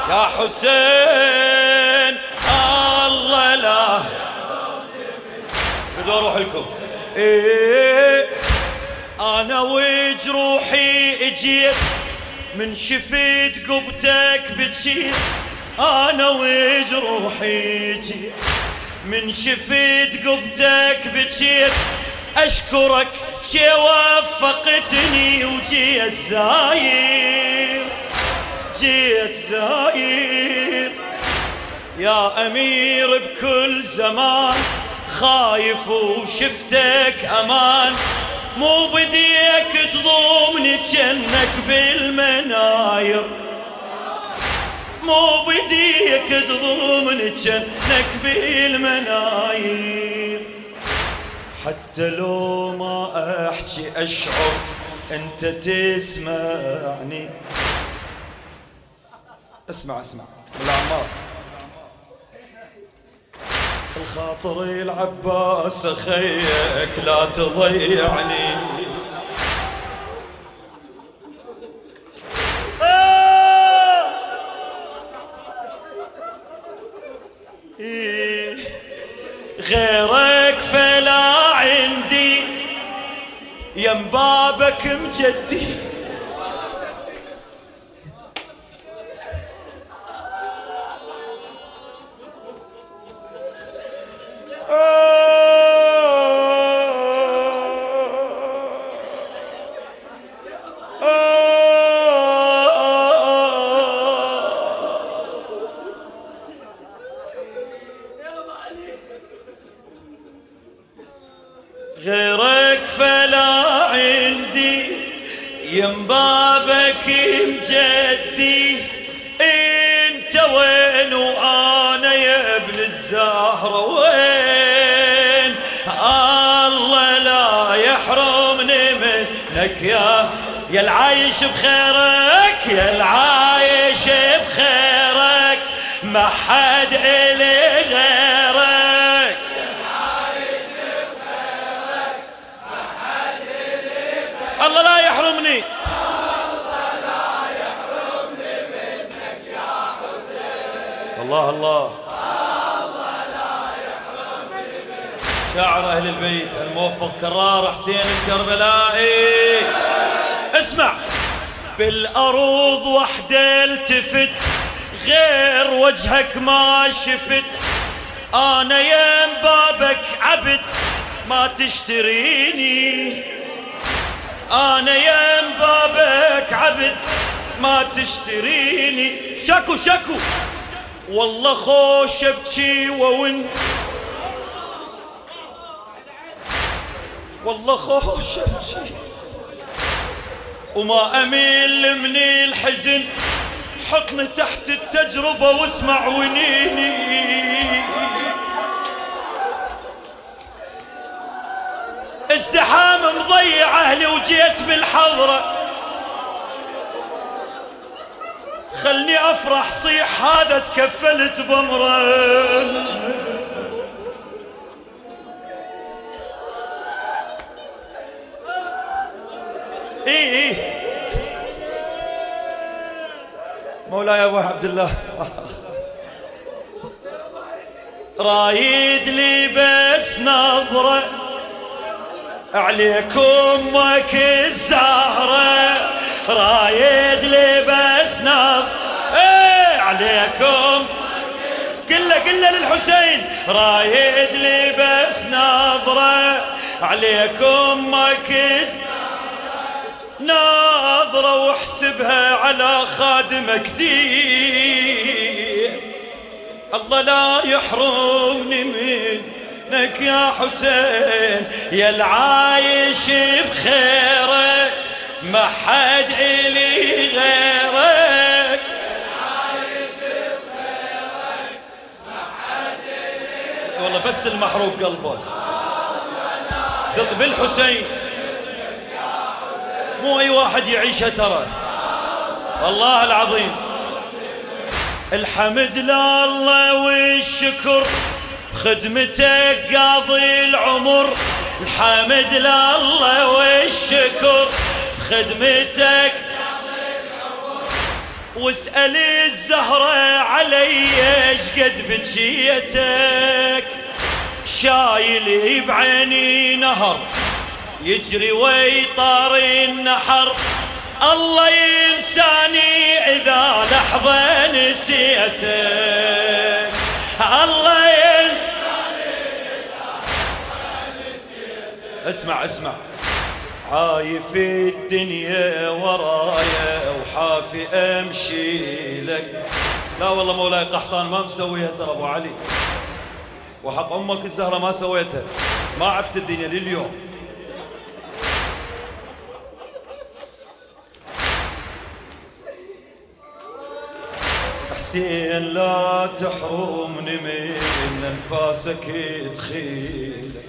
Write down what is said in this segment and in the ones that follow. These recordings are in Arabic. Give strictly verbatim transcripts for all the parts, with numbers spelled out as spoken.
يا حسين الله لا بدي اروح لكم. إيه انا وجروحي اجيت من شفت قبتك بجيت، انا وجروحي اجيت من شفت قبتك بجيت، اشكرك شي وفقتني وجيت زاير جيت زاير يا امير بكل زمان، خايف وشفتك امان، مو بديك تضمني جنك بالمناير، مو بديك تضمني جنك بالمناير، حتى لو ما احكي اشعر انت تسمعني. اسمع اسمع العمار الخاطر العباس خيك لا تضيعني، آه إيه غيرك فلا عندي يم بابك مجدي، غيرك فلا عندي يم بابك مجدي، انت وين وانا يا ابن الزهر وين، الله لا يحرمني منك يا يا العايش بخيرك، يا العايش بخيرك ما حد إلي غيرك، الله لا يحرمني الله لا يحرمني منك يا حسين، الله الله الله لا يحرمني منك. شاعر أهل البيت الموفق كرار حسين الكربلائي، اسمع بالأرض وحدة التفت غير وجهك ما شفت، أنا يم بابك عبد ما تشتريني، أنا يم بابك عبد ما تشتريني، شكو شكو والله خوش ابكي وون، والله خوش ابكي وما أميل من الحزن، حطني تحت التجربة واسمع ونيني، ازدحام مضيع اهلي وجيت بالحضرة، خلني افرح صيح هذا تكفلت بمره، اي اي مولاي ابو عبد الله رايد لي بس نظره عليك امك الزهره، رايد لي بس نظره ايه عليكم، قله قله للحسين رايد لي بس نظره عليك امك الزهره، ناظرة واحسبها على خادمك دين، الله لا يحرمني منك يا حسين، يا العايش بخيرك ما حد إلي غيرك، يا العايش بخيرك ما حد إلي غيرك، والله بس المحروق قلبه ثق بالحسين، مو أي واحد يعيشها ترى، والله العظيم. الحمد لله والشكر خدمتك قاضي العمر، الحمد لله والشكر خدمتك قاضي العمر، واسأل الزهرة علي ايش قد بجيتك، شايل بعيني نهر يجري ويطار النحر، الله ينساني إذا لحظة نسيتك، الله ينساني إذا لحظة نسيتك. اسمع اسمع، عايف الدنيا ورايا وحافي أمشي لك، لا والله مولاي قحطان ما مسويها ترى أبو علي، وحق أمك الزهرة ما سويتها، ما عفت الدنيا لليوم. حسين لا تحرمني من انفاسك تخيلك،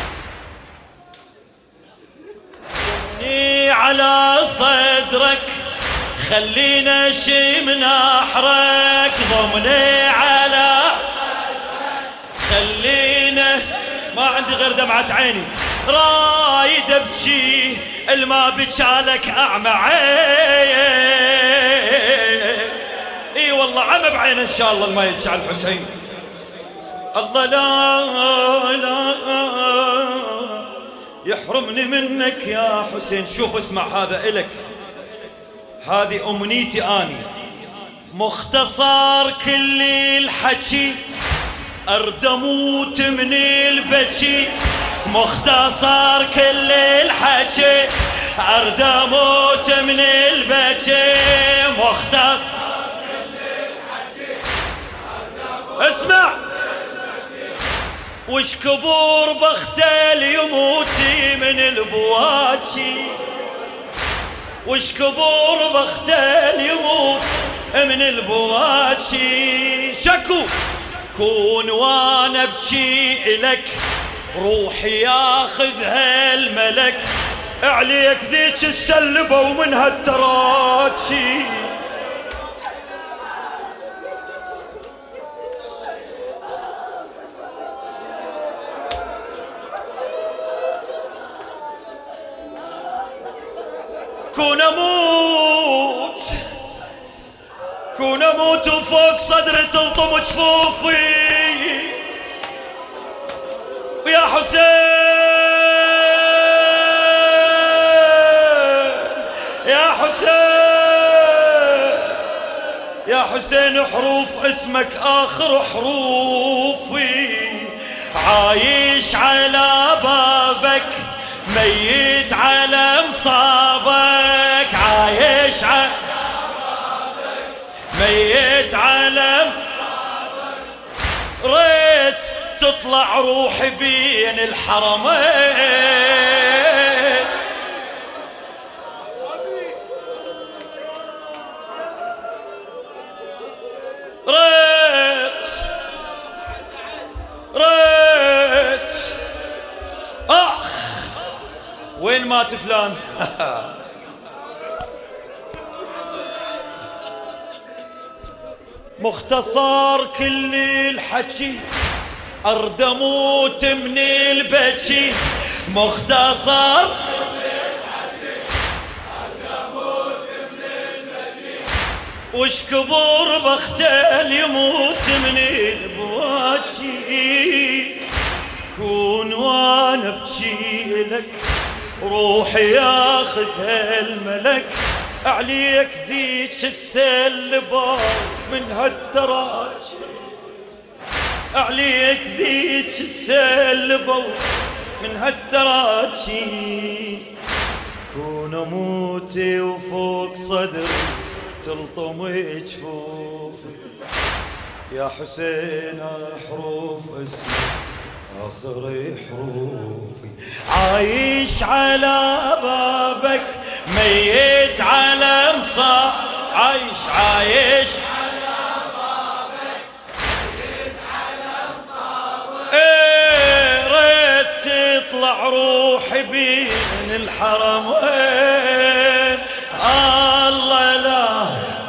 ضمني على صدرك خلينا شم نحرك، ضمني على صدرك خلينا، ما عندي غير دمعة عيني رايد ابكي الما بجالك اعمى عين، اي والله عمى بعينه ان شاء الله الما يبكي على الحسين. الله لا لا يحرمني منك يا حسين. شوف اسمع هذا إلك، هذه أمنيتي أني، مختصر كل الحكي أرد أموت من البكي، مختصر كل الحكي أرد أموت من البكي، مختصر كل الحكي أرد أموت. اسمع وش كبور بختل يموتي من البواكي، وش كبور بختل يموت من البواكي، شكو كون وانا ابكي الك روحي ياخذها الملك، عليك ذيك السلبة ومن هالتراكي. كون اموت كون اموت وفوق صدري تلطم جفوفي، ويا حسين يا حسين يا حسين حروف اسمك آخر حروفي، عايش على بابك ميت على مصابك، عايش على بابك ميت على مصابك، ريت تطلع روحي بين الحرمين، ريت ريت اخ وين مات فلان؟ مختصر كل الحكي أرد أموت من البكي، مختصر كل الحكي أرد أموت من البكي، وش كبر بختل يموت من البواكي، كون وانا ابكي لك روحي ياخذها الملك، عليك ذيك السلبة من هالتراكي، عليك ذيك السلبة من هالتراكي، كون اموتي وفوق صدري تلطم جفوفي، يا حسين حروف اسمك آخر حروفي، عايش على بابك ميت على مصاب، عايش عايش على بابك ميت على مصابك، ايه ريت تطلع روحي بين الحرمين، الله لا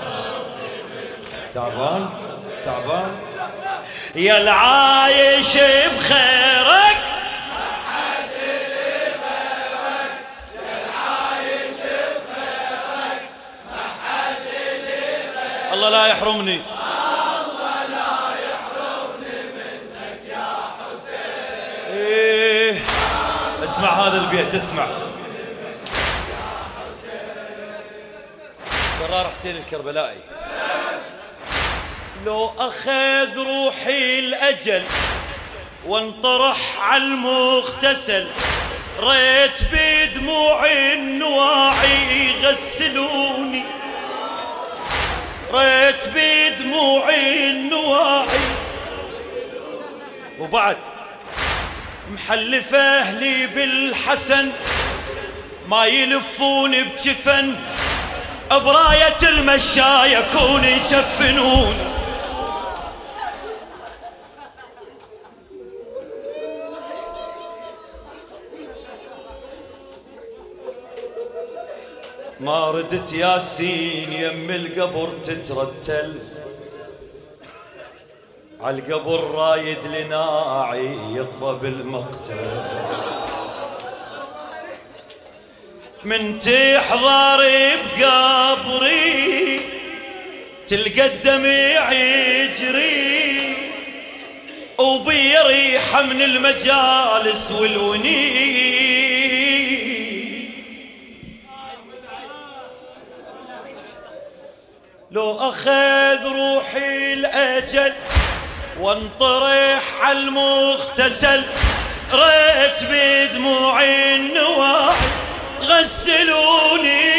تعبان تعبان يا العايش بخيرك ما حد لي غيرك، يا العايش بخيرك ما حد لي الله لا يحرمني، الله لا يحرمني منك يا حسين. إيه اسمع هذا البيت، اسمع. قرار حسين الكربلائي: لو أخذ روحي الأجل وانطرح على المغتسل، ريت بدموعي النواعي يغسلوني، ريت بدموعي النواعي. وبعد محلف أهلي بالحسن ما يلفون بجفن، براية المشاية يكون يجفنون. ما ردت ياسين يم القبر تترتل، عالقبر رايد لناعي يقرب المقتل. من تحضر بقبري تلقى الدمع يجري، وبي ريحة من المجالس والونين. لو أخذ روحي الأجل وانطرح على المغتسل، ريت بدموعي النواعي غسلوني.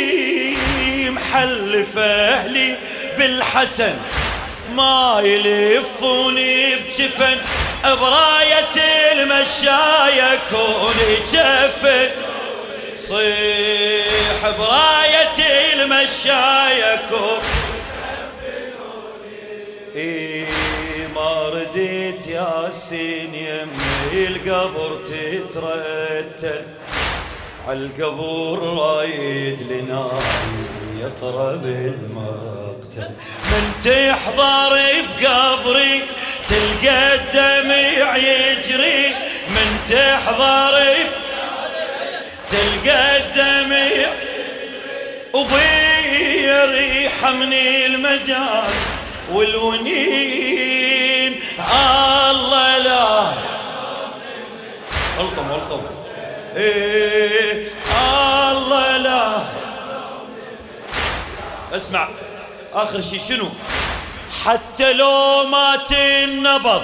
محلف أهلي بالحسن ما يلفوني بجفن، براية المشاية يكون يجفن. صيح براية المشاية يكون إيه ما رديت ياسين يمي القبر تترتل، عالقبور رايد لناعي يقرب المقتل. من تحضر بقبري تلقى الدمع يجري، من تحضر تلقى الدمع وبي ريحة من المجالس والونين. الله لا الطم الطم إيه الله لا. اسمع آخر شي شنو؟ حتى لو مات النبض،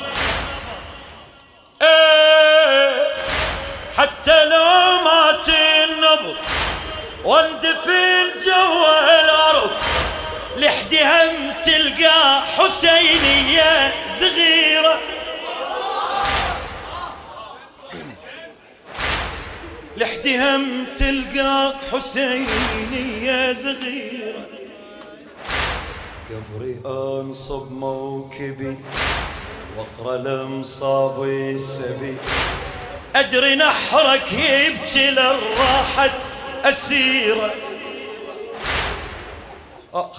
إيه حتى لو مات النبض واندفن جوا الأرض، لحدي هم تلقى حسينية صغيرة، لحدي هم تلقى حسينية صغيرة. قبري انصب موكبي واقرا المصاب السبي، ادري نحرك يبكي للراحة اسيرة. اخ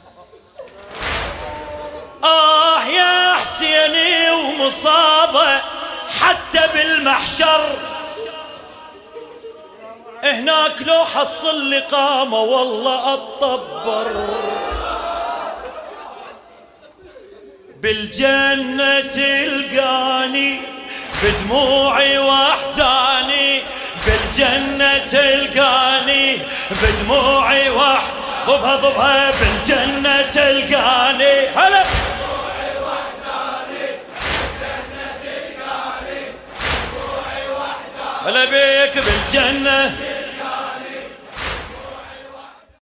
اه يا حسيني ومصابة حتى بالمحشر، هناك لو حصل لي قامة والله اطبر. بالجنة تلقاني بدموعي واحزاني، بالجنة تلقاني بدموعي واح ضبها ضبها بالجنة تلقاني. هلا بدموعي واحزاني بالجنة تلقاني بدموعي واحزاني. هلا بيك بالجنة